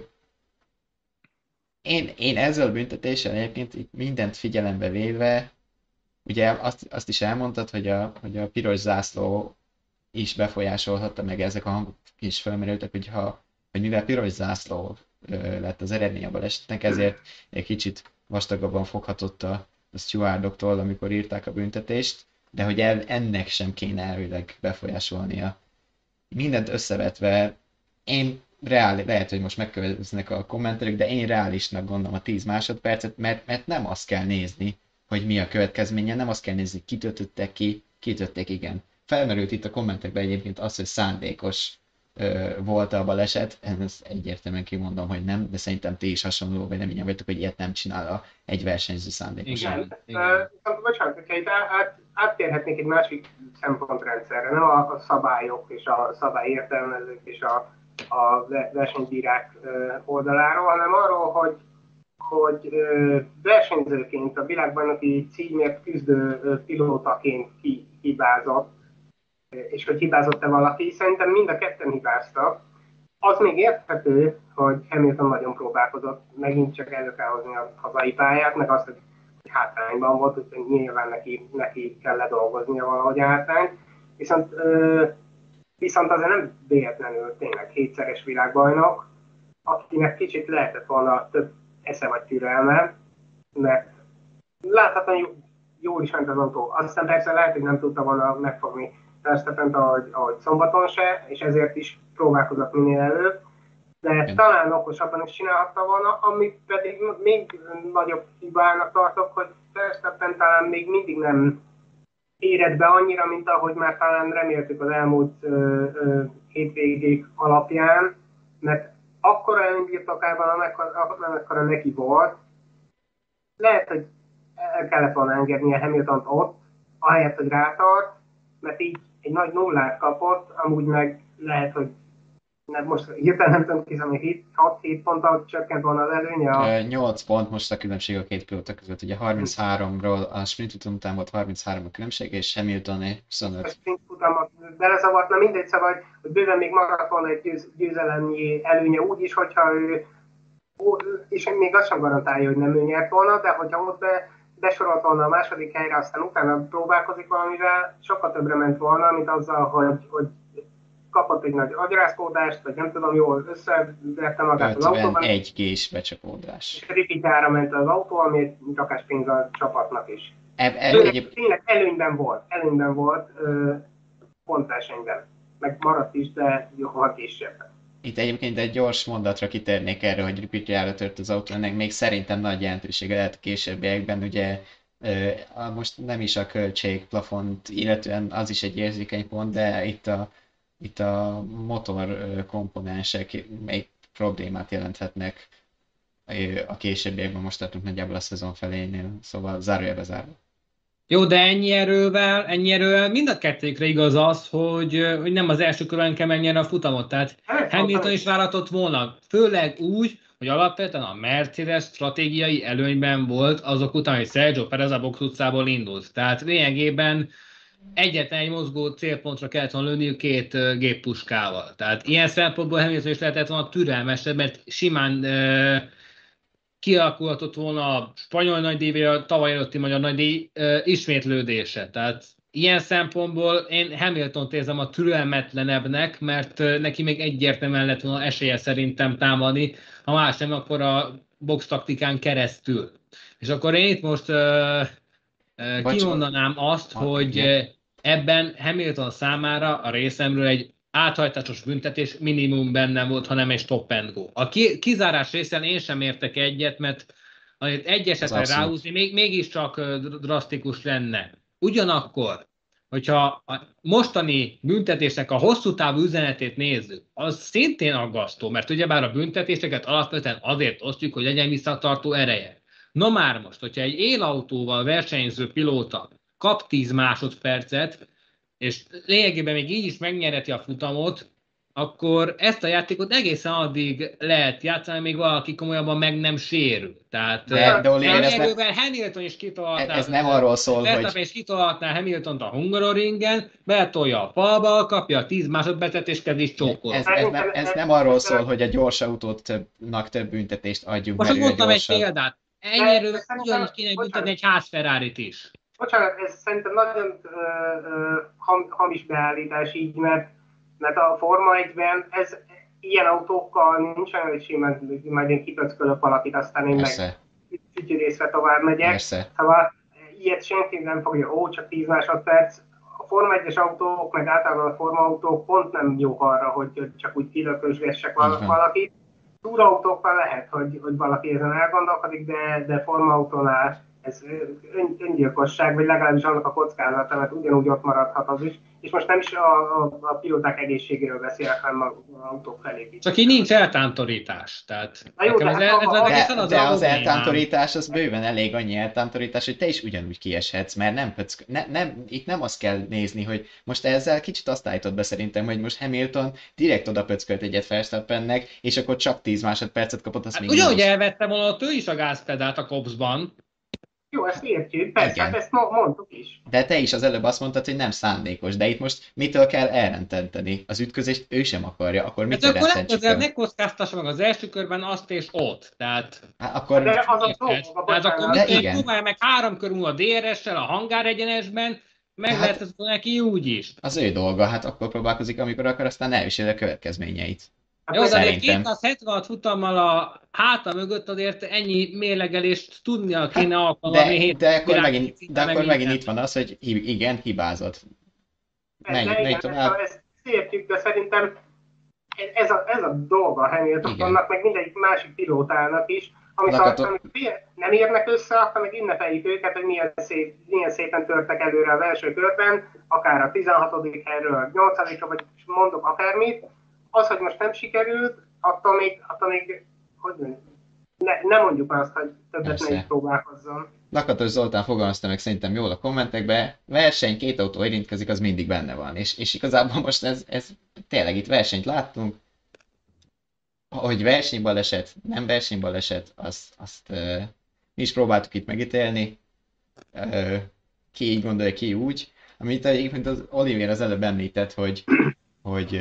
én ezzel a büntetéssel egyébként mindent figyelembe véve, ugye azt is elmondtad, hogy a piros zászló is befolyásolhatta, meg ezek a hangok is felmerültek, hogy mivel piros zászló lett az eredmény a balesetnek, ezért egy kicsit vastagabban foghatott a stewardoktól, amikor írták a büntetést, de hogy ennek sem kéne elvileg befolyásolnia. Mindent összevetve, én lehet, hogy most megkövetkeznek a kommentelők, de én reálisnak gondolom a 10 másodpercet, mert nem azt kell nézni, hogy mi a következménye, nem azt kell nézni, kitöltöttek ki, kitöltötték, igen. Felmerült itt a kommentekben egyébként az, hogy szándékos volt a baleset, ezt egyértelműen kimondom, hogy nem, de szerintem ti is hasonló véleményen vagytok, hogy ilyet nem csinál egy versenyző szándékosan. Igen. Bocsánat, hogyha itt áttérhetnék egy másik szempontrendszerre, nem a szabályok és a szabályértelmezők és a versenybírák oldaláról, hanem arról, hogy versenyzőként a világbajnoki címért küzdő pilótaként hibázott, és hogy hibázott-e valaki, szerintem mind a ketten hibáztak. Az még érthető, hogy Hamilton nagyon próbálkozott, megint csak elő kell hozni a hazai pályát, meg azt, hogy hátrányban volt, úgyhogy nyilván neki kell ledolgoznia valahogy a hátrányt. Viszont azért nem véletlenül tényleg 7-szeres világbajnok, akinek kicsit lehetett volna több esze vagy türelme, mert láthatóan jól is ment az autó. Aztán persze lehet, hogy nem tudta volna megfogni Verstappent, ahogy szombaton se, és ezért is próbálkozott minél előbb, de talán okosabban is csinálhatta volna, ami pedig még nagyobb hibának tartok, hogy Verstappen talán még mindig nem éred be annyira, mint ahogy már talán reméltük az elmúlt hétvégék alapján, mert akkora önbirtokában, amekkora neki volt, lehet, hogy el kellett volna engednie Hamiltont ott, ahelyett, hogy rátart, mert így egy nagy nullát kapott, amúgy meg lehet, hogy most hirtelen nem tudom kiszámolni, 6-7 ponttal csökkent volna az előnye. 8 pont most a különbség a két pilóta között. Ugye 33-ról a sprint futam után volt 33 a különbség, és Hamilton 25. A sprint futamot beleszavadt, mindegy, szóval, hogy bőven még maradt volna egy győzelemnyi előnye úgy is, hogyha ő, és még azt sem garantálja, hogy nem ő nyert volna, de hogyha ott besorolt volna a második helyre, aztán utána próbálkozik valamivel, sokkal többre ment volna, mint azzal, hogy kapott egy nagy agyrázkódást, vagy nem tudom, jól összeverte magát az autóban. 51 kés becsapódás. És ripityára ment az autó, ami rakáspénz a csapatnak is. Tényleg előnyben volt pontversenyben. Meg maradt is, de jóval később. Itt egyébként egy gyors mondatra kitérnék erre, hogy ripityára tört az autó, ennek még szerintem nagy jelentősége lehet a későbbiekben, ugye most nem is a költségplafont, illetően az is egy érzékeny pont, de itt a motor komponensek még problémát jelenthetnek a későbbiekben, most tartunk nagyjából a szezon felénél, szóval zárójelbe zárva. Jó, de ennyi erővel mind a kettőkre igaz az, hogy nem az első körben kell megnyerni a futamot. Tehát Hamilton is váratott volna, főleg úgy, hogy alapvetően a Mercedes stratégiai előnyben volt azok után, hogy Sergio Perez a box utcából indult. Tehát lényegében egyetlen egy mozgó célpontra kellett volna lőni két géppuskával. Tehát ilyen szempontból Hamilton is lehetett volna türelmesebb, mert simán kialakulhatott volna a spanyol nagydíj, vagy a tavaly előtti magyar nagydíj ismétlődése. Tehát ilyen szempontból én Hamiltont érzem a türelmetlenebbnek, mert neki még egyértelműen lett volna esélye szerintem támadni, ha más nem, akkor a box taktikán keresztül. És akkor én itt most kimondanám azt, hogy ebben Hamilton számára a részemről egy áthajtásos büntetés minimum benne volt, hanem egy stop and go. A kizárás részen én sem értek egyet, mert egy esetre ráhúzni mégiscsak drasztikus lenne. Ugyanakkor, hogyha a mostani büntetésnek a hosszú távú üzenetét nézzük, az szintén aggasztó, mert ugyebár a büntetéseket alapvetően azért osztjuk, hogy legyen visszatartó ereje. No már most, hogyha egy élautóval versenyző pilóta kap 10 másodpercet, és lényegében még így is megnyerheti a futamot, akkor ezt a játékot egészen addig lehet játszani, még valaki komolyabban meg nem sérül. Tehát Hamilton is kitolhatná. Ez nem arról szól, hogy... és kitolhatná Hamiltont a Hungaroringen, betolja a falba, kapja a 10 másodpercet, és kezd is csókol. Ez nem arról szól, hogy a gyors autónak több büntetést adjunk. Most mondtam egy példát. Ennyire ugyanis kéne büntetni egy ház Ferrarit is. Bocsánat, ez szerintem nagyon hamis beállítás így, mert a Forma 1-ben ez ilyen autókkal nincsen, hogy simán majd én kipöckölök valakit, aztán én meg fütyűrészre tovább megyek. Persze. Szóval ilyet senki nem fogja, csak 10 másodperc. A Forma 1-es autók, meg általában a Forma autók pont nem jók arra, hogy csak úgy kilökösgessek valakit. Túrautókkal lehet, hogy valaki ezen elgondolkodik, de Forma autónál ez öngyilkosság, vagy legalábbis annak a kockázata, mert ugyanúgy ott maradhat az is. És most nem is a pilóták egészségéről beszélek, hanem az autók felépítésről. Csak így nincs eltántorítás. Tehát Na jó, nekem de ez hát egészen De az problémám. eltántorítás, az bőven elég annyi eltántorítás, hogy te is ugyanúgy kieshetsz, mert itt nem azt kell nézni, hogy most ezzel kicsit azt állítod be szerintem, hogy most Hamilton direkt oda pöckölt egyet Verstappennek, és akkor csak 10 másodpercet kapott, azt Hát még ugyanúgy így is. elvette volna ő is a gázpedált a kopszban. Jó, ezt értjük, persze, Igen. hát ezt mondtuk is. De te is az előbb azt mondtad, hogy nem szándékos, de itt most mitől kell elrententeni? Az ütközést ő sem akarja, akkor Hát mitől akkor rententsük legközelebb el? ne kockáztassa meg az első körben azt és ott. Tehát, Hát akkor De az a érted? dolga, Tehát akkor bocsánat. De igen. próbálja meg 3 kör múlva DRS-sel a hangár egyenesben, meg Hát- lehet ez neki úgy is. az ő dolga, hát akkor próbálkozik, amikor akar, aztán elviseli a következményeit. Hát Jó, de azért szerintem. 276 futammal a háta mögött azért ennyi mérlegelést tudnia kéne alkalmazni. De akkor megint, minden. itt van az, hogy igen, hibázott. Menj igen, tovább. ezt értjük, de szerintem ez a dolga a Hamiltonnak, meg mindegyik másik pilótának is, amikor nem érnek össze, akkor meg ünnepeljük őket, hogy milyen szépen törtek előre az első körben, akár a 16. helyről, 8. vagy mondok akármit. Az, hogy most nem sikerült, attól még hogy mondjam, ne mondjuk azt, hogy többet Persze. ne is próbálkozzon. Lakatos Zoltán fogalmazta meg szerintem jól a kommentekbe, verseny, 2 autó érintkezik, az mindig benne van. És igazából most ez tényleg itt versenyt láttunk, hogy versenybaleset, nem versenybaleset, azt mi is próbáltuk itt megítélni. Ki így gondolja, ki úgy. Amit egyébként az Olivier az előbb említett, hogy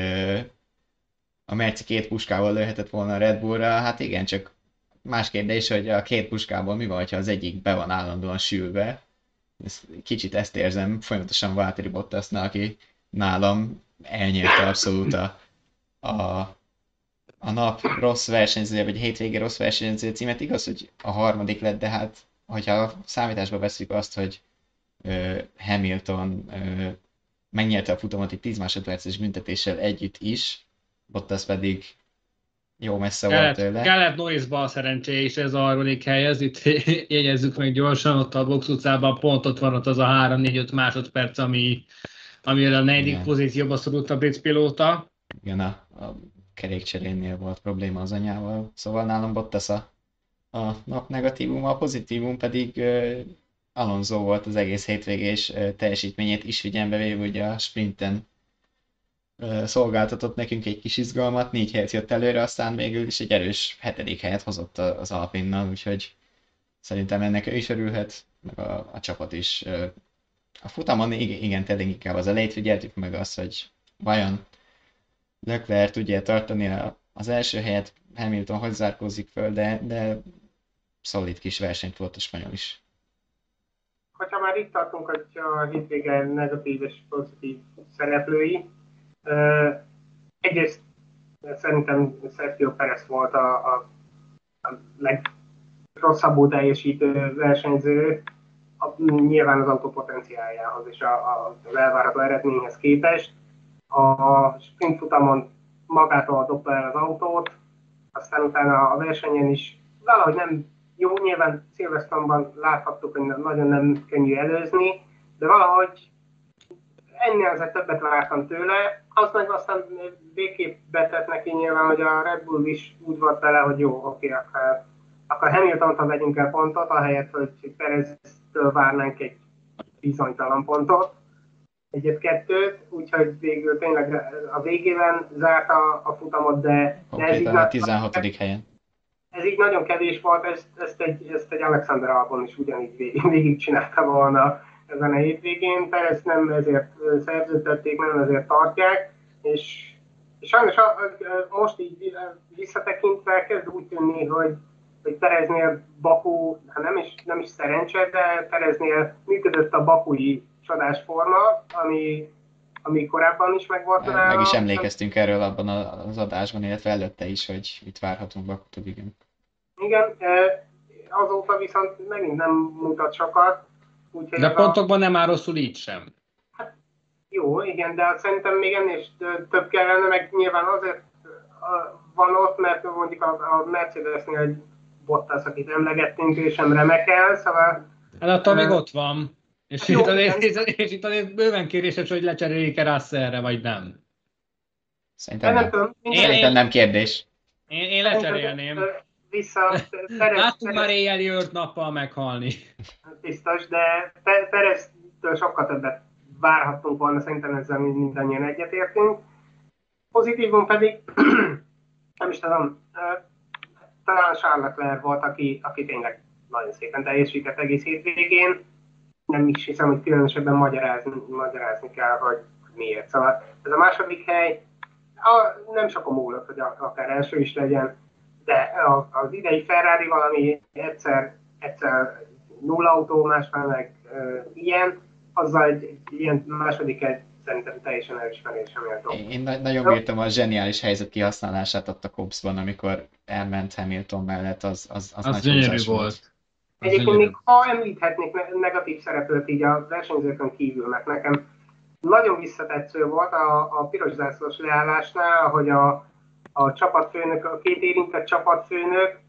a Merci 2 puskával lőhetett volna a Red Bullra, hát igen, csak más kérdés, hogy a 2 puskából mi van, ha az egyik be van állandóan sülve. Kicsit ezt érzem folyamatosan Valtteri Bottasnál, aki nálam elnyerte abszolút a nap rossz versenyzője, vagy a hétvége rossz versenyzője címet. Igaz, hogy a harmadik lett, de hát, hogyha számításba veszük azt, hogy Hamilton megnyerte a futamot egy 10 másodperces büntetéssel együtt is, Bottas pedig jó messze volt tőle. Kellett Norrisba a szerencsé, és ez a harmadik helyez. Itt jegyezzük meg gyorsan, ott a box utcában pont ott van ott az a 3-4-5 másodperc, amire a 4. pozícióba szorult a brit pilóta. Igen, a kerékcserénél volt probléma az anyával. Szóval nálam Bottas a nap negatívum, a pozitívum pedig Alonso volt az egész hétvégés teljesítményét is figyelembe véve, ugye a sprinten szolgáltatott nekünk egy kis izgalmat, 4 helyet jött előre, aztán végül is egy erős 7. helyet hozott az Alpinnal, úgyhogy szerintem ennek ő is örülhet, meg a csapat is. A futamon igen, tényleg inkább az elejét figyeltük meg azt, hogy vajon Leclerc tudja tartani az első helyet, Hamilton hogy zárkózik föl, de szolid kis versenyt volt a spanyol is. Hogyha már itt tartunk, hogy a hétvége negatív és pozitív szereplői, egyrészt szerintem Sergio Perez volt a legrosszabbul teljesítő versenyző, nyilván az autó potenciáljához és az elvárható eredményhez képest. A sprint futamon magától dobta el az autót, aztán utána a versenyen is valahogy nem jó, nyilván Silverstone-ban láthattuk, hogy nagyon nem könnyű előzni, de valahogy ennél azért többet vártam tőle, az meg aztán végképp betett neki nyilván, hogy a Red Bull is úgy volt vele, hogy jó, oké, akkor Hamiltontól vegyünk el pontot, ahelyett, hogy Pereztől várnánk egy bizonytalan pontot, egyet-kettőt, úgyhogy végül tényleg a végében zárta a futamot, de ez így a 16. helyen. Ez így nagyon kevés volt, ezt egy Alexander Albon is ugyanígy végig csinálta volna ezen a hétvégén. Perez nem ezért szerződtették, nem ezért tartják, és sajnos most így visszatekintve kezd úgy tűnni, hogy Pereznél Baku, hát nem is szerencse, de Pereznél működött a bakui csodás forma, ami korábban is megvolt. Meg is emlékeztünk erről abban az adásban, illetve előtte is, hogy mit várhatunk Bakutól, igen. Igen, azóta viszont megint nem mutat sokat. Úgyhogy de pontokban nem áll rosszul így sem. Hát, jó, igen, de szerintem még ennél is több kellene, meg nyilván azért van ott, mert mondjuk a Mercedesnél egy Bottas, akit emlegettünk, ő sem remekel, szóval Hát attól még ott van. És Jó, és itt azért bőven kéréses, hogy lecserélik-e Russellre, vagy nem. Szerintem nem nem. tudom, Szerintem nem kérdés. Én lecserélném. Vissza, Láttunk már éjjeli 5 nappal meghalni. biztos, de Pereztől sokkal többet várhattunk volna, szerintem ezzel mindannyian egyetértünk. Pozitívum pedig, nem is tudom, talán Charles Leclerc volt, aki tényleg nagyon szépen teljesített egész hétvégén. Nem is hiszem, hogy különösebben magyarázni kell, hogy miért. Szóval ez a második hely nem sokon múlott, hogy akár első is legyen, de az idei Ferrari valami egyszer nulla autó, másfél meg ilyen, azzal egy ilyen második hely szerintem teljesen elismerésem méltó. Én nagyon bírtam a zseniális helyzet kihasználását ott a Copsban, amikor elment Hamilton mellett, az nagy gyönyörű húzás volt. Egyébként még ha említhetnék negatív szereplőt így a versenyzőkön kívül, mert nekem nagyon visszatetsző volt a piros zászlós leállásnál, hogy a csapatfőnök, a két érintett csapatfőnök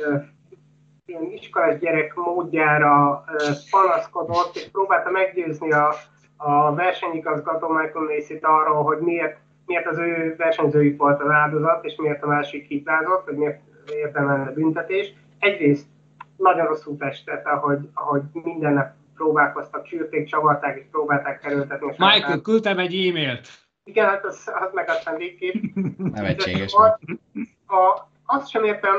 ilyen iskolás gyerek módjára panaszkodott, és próbálta meggyőzni a versenyigazgató Michael Macy-t arról, hogy miért az ő versenyzőjük volt az áldozat, és miért a másik hibázott, hogy miért érdemelne büntetés. Egyrészt nagyon rosszul testett, ahogy minden nap próbálkoztak, csürték, csavarták és próbálták kerültetni. Michael, küldtem egy e-mailt. Igen, hát az meg aztán végképp. Nevetséges volt. Azt sem értem,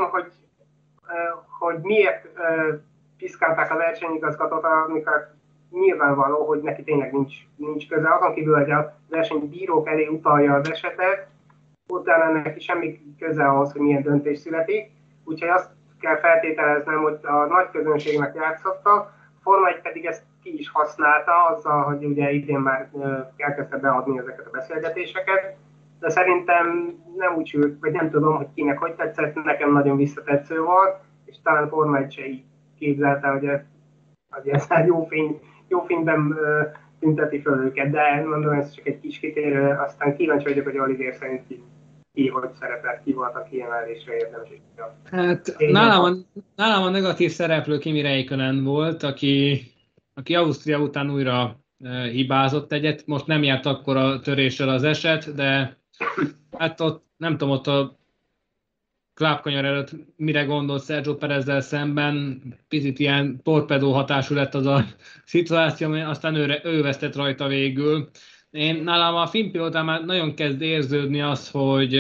hogy miért piszkálták a versenyigazgatót, amikor nyilvánvaló, hogy neki tényleg nincs köze. Azon kívül, hogy a versenybírók elé utalja az esetet, utána neki semmi köze ahhoz, hogy milyen döntés születik. Úgyhogy azt kell feltételeznem, hogy a nagy közönségnek játszotta, a Forma 1 pedig ezt ki is használta azzal, hogy ugye idén már elkezdte beadni ezeket a beszélgetéseket, de szerintem nem úgy sült, vagy nem tudom, hogy kinek hogy tetszett, nekem nagyon visszatetsző volt, és talán a Forma 1 se így képzelte, hogy ez jó fényben tünteti föl őket, de mondom, ez csak egy kis kitérő, aztán kíváncsi vagyok, hogy Olivier szerint ki hogy szerepelt, ki volt a kiemelésre érdemes. Hát nálam a negatív szereplő Kimi Räikkönen volt, aki Ausztria után újra hibázott egyet. Most nem járt akkor a töréssel az eset, de hát ott nem tudom, ott a klápkanyar előtt mire gondolt Sergio Perezzel szemben, picit ilyen torpedó hatású lett az a szituáció, aztán ő vesztett rajta végül. Nálam a filmpilótán már nagyon kezd érződni az,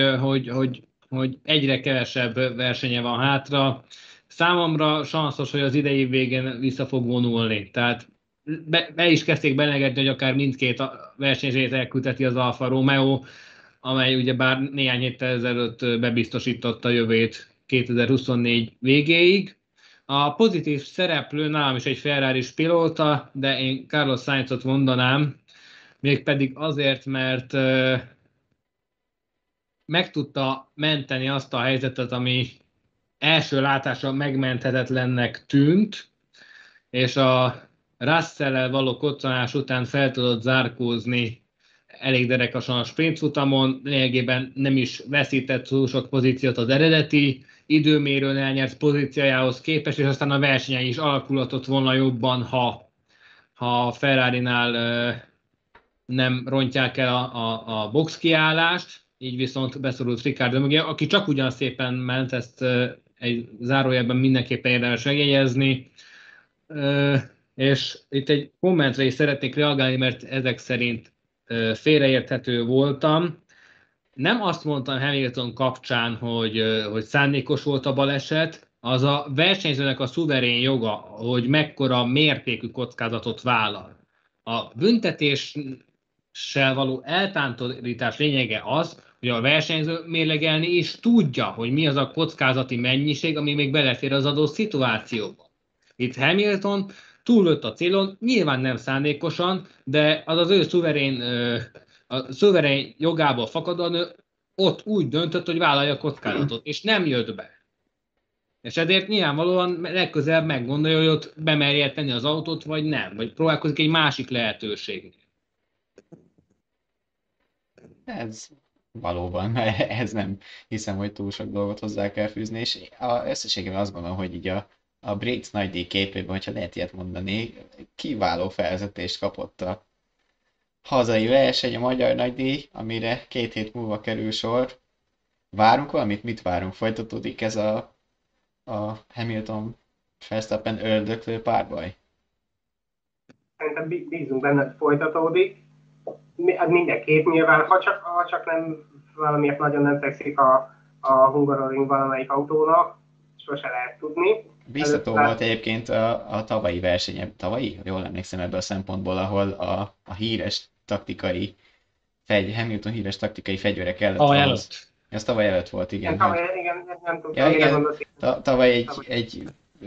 hogy egyre kevesebb versenye van hátra. Számomra sanszos, hogy az idei végén vissza fog vonulni. Tehát be is kezdték belegedni, hogy akár mindkét versenyzőjét elküldheti az Alfa Romeo, amely ugyebár néhány héttel ezelőtt bebiztosította jövőjét 2024 végéig. A pozitív szereplő nálam is egy Ferrari-s pilóta, de én Carlos Sainzot mondanám, mégpedig azért, mert meg tudta menteni azt a helyzetet, ami első látásra megmenthetetlennek tűnt, és a Russell-el való koccanás után fel tudott zárkózni elég derekasan a sprint futamon, lényegében nem is veszített túl sok pozíciót az eredeti időmérőn elnyert pozíciójához képest, és aztán a versenyen is alakulhatott volna jobban, ha a Ferrari-nál nem rontják el a box kiállást, így viszont beszorult Ricciardo mögé, aki csak ugyan szépen ment, ezt egy zárójelben mindenképpen érdemes megjegyezni. És itt egy kommentre is szeretnék reagálni, mert ezek szerint félreérthető voltam. Nem azt mondtam Hamilton kapcsán, hogy szándékos volt a baleset, az a versenyzőnek a szuverén joga, hogy mekkora mértékű kockázatot vállal. A büntetéssel való eltántorítás lényege az, hogy a versenyző mérlegelni is tudja, hogy mi az a kockázati mennyiség, ami még belefér az adott szituációba. Itt Hamilton túllőtt a célon, nyilván nem szándékosan, de az ő szuverén jogából fakadóan ott úgy döntött, hogy vállalja a kockázatot, és nem jött be. És ezért nyilvánvalóan legközelebb meggondolja, hogy ott bemerje tenni az autót, vagy nem, vagy próbálkozik egy másik lehetőség. Ez valóban, ez nem hiszem, hogy túl sok dolgot hozzá kell fűzni, és összességében azt gondolom, hogy így a brit nagydíj képében, hogyha lehet ilyet mondani, kiváló felvezetést kapott a hazai verseny, a magyar nagydíj, amire 2 hét múlva kerül sor. Várunk valamit? Mit várunk? Folytatódik ez a Hamilton Verstappen ördöklő párbaj? Szerintem bízunk benne, hogy folytatódik. Hát mindenképp nyilván, ha csak nem valamiért nagyon nem fekszik a Hungaroring valamelyik autónak, sose lehet tudni. Biztató volt egyébként a tavalyi verseny, tavalyi, jól emlékszem ebből a szempontból, ahol a híres taktikai Hamilton híres taktikai fegyverek előtt. Tavaly előtt. Ez tavaly előtt volt, igen. Igen, nem tudom. Ja, igen. Tavaly egy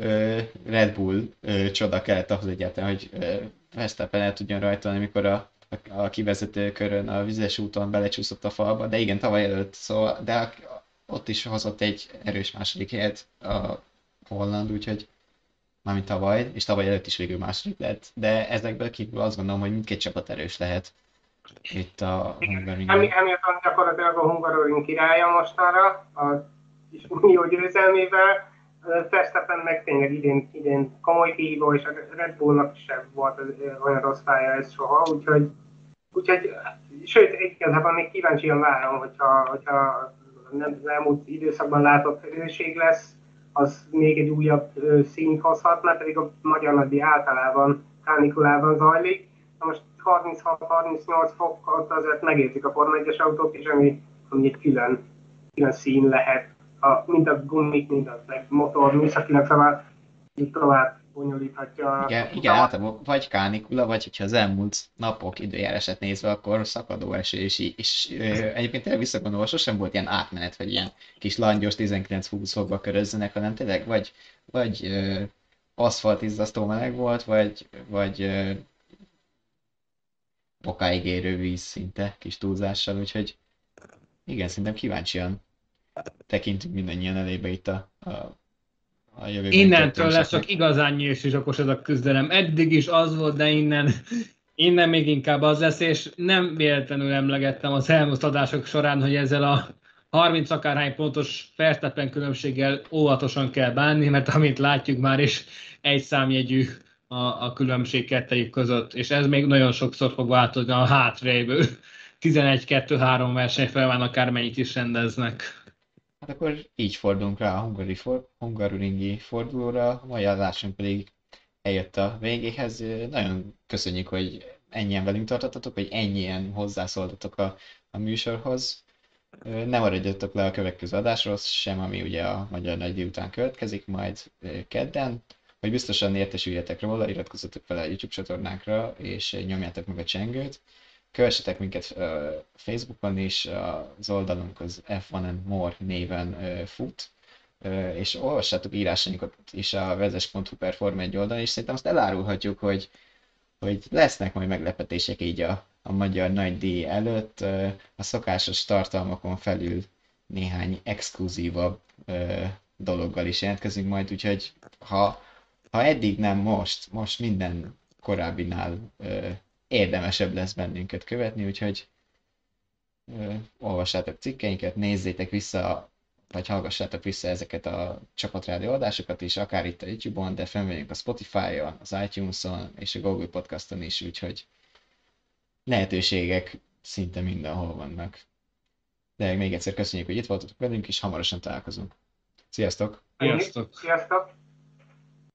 Red Bull csoda kellett ahhoz egyáltalán, hogy Verstappen el tudjon rajtolni, amikor a kivezető körön a vizes úton belecsúszott a falba, de igen, tavaly előtt, szóval, de ott is hozott egy erős második helyet a holland, úgyhogy mármint tavaly, és tavaly előtt is végül második lett, de ezekből kívül azt gondolom, hogy mindkét csapat erős lehet itt a Hungaroringen. Hamilton gyakorlatilag a Hungaroring királya mostanra, a unió győzelmével, Verstappen meg tényleg idén komoly kihívó, és a Red Bullnak sem volt olyan rossz pálya ez soha, úgyhogy sőt, igazából még kíváncsian várom, hogyha nem elmúlt időszakban látott hőség lesz, az még egy újabb színt hozhat, mert pedig a magyar nagydíj általában kánikulában zajlik. Na most 36-38 fok ott azért megérzik a Forma 1-es autók is, ami egy külön szín lehet. Mind a gumik, mind a motor műszakilag, szóval így tovább bonyolíthatja. Igen, általában vagy kánikula, vagy hogyha az elmúlt napok időjárását nézve, akkor szakadó eső, és egyébként tényleg visszagondolva sosem volt ilyen átmenet, vagy ilyen kis langyos 19-20 fokba körözzenek, hanem tényleg vagy aszfaltizzasztó meleg volt, vagy bokáig érő víz szinte, kis túlzással, úgyhogy igen, szerintem kíváncsian tekintünk mindannyian elébe itt a jövőben. Innentől lesz csak igazán nyílsizsakos ez a küzdelem. Eddig is az volt, de innen még inkább az lesz, és nem véletlenül emlegettem az elmúlt adások során, hogy ezzel a 30 akárhány pontos Verstappen különbséggel óvatosan kell bánni, mert amint látjuk már is egy számjegyű a különbség kettejük között, és ez még nagyon sokszor fog változni a hátrébb. 11-2-3 versenyfelván akármennyit is rendeznek. Hát akkor így fordulunk rá a hungaroringi fordulóra, a mai adásunk pedig eljött a végéhez. Nagyon köszönjük, hogy ennyien velünk tartottatok, hogy ennyien hozzászóltatok a műsorhoz. Ne maradjatok le a következő adásról, sem ami ugye a Magyar Nagydíj után következik, majd kedden, hogy biztosan értesüljetek róla, iratkozzatok fel a YouTube csatornánkra, és nyomjátok meg a csengőt. Kövessetek minket Facebookon is, az oldalunk az F1 and More néven fut, és olvassátok írásainkat is a vezes.hu per Forma 1 oldalon, és szerintem azt elárulhatjuk, hogy lesznek majd meglepetések így a magyar nagydíj előtt, a szokásos tartalmakon felül néhány exkluzívabb dologgal is jelentkezünk majd, úgyhogy ha eddig nem most minden korábbinál érdemesebb lesz bennünket követni, úgyhogy olvassátok cikkeinket, nézzétek vissza, vagy hallgassátok vissza ezeket a csapatrádió adásokat is, akár itt a YouTube-on, de fenn vagyunk a Spotify-on, az iTunes-on és a Google Podcaston is, úgyhogy lehetőségek szinte mindenhol vannak. De még egyszer köszönjük, hogy itt voltatok velünk, és hamarosan találkozunk. Sziasztok! Sziasztok! Sziasztok!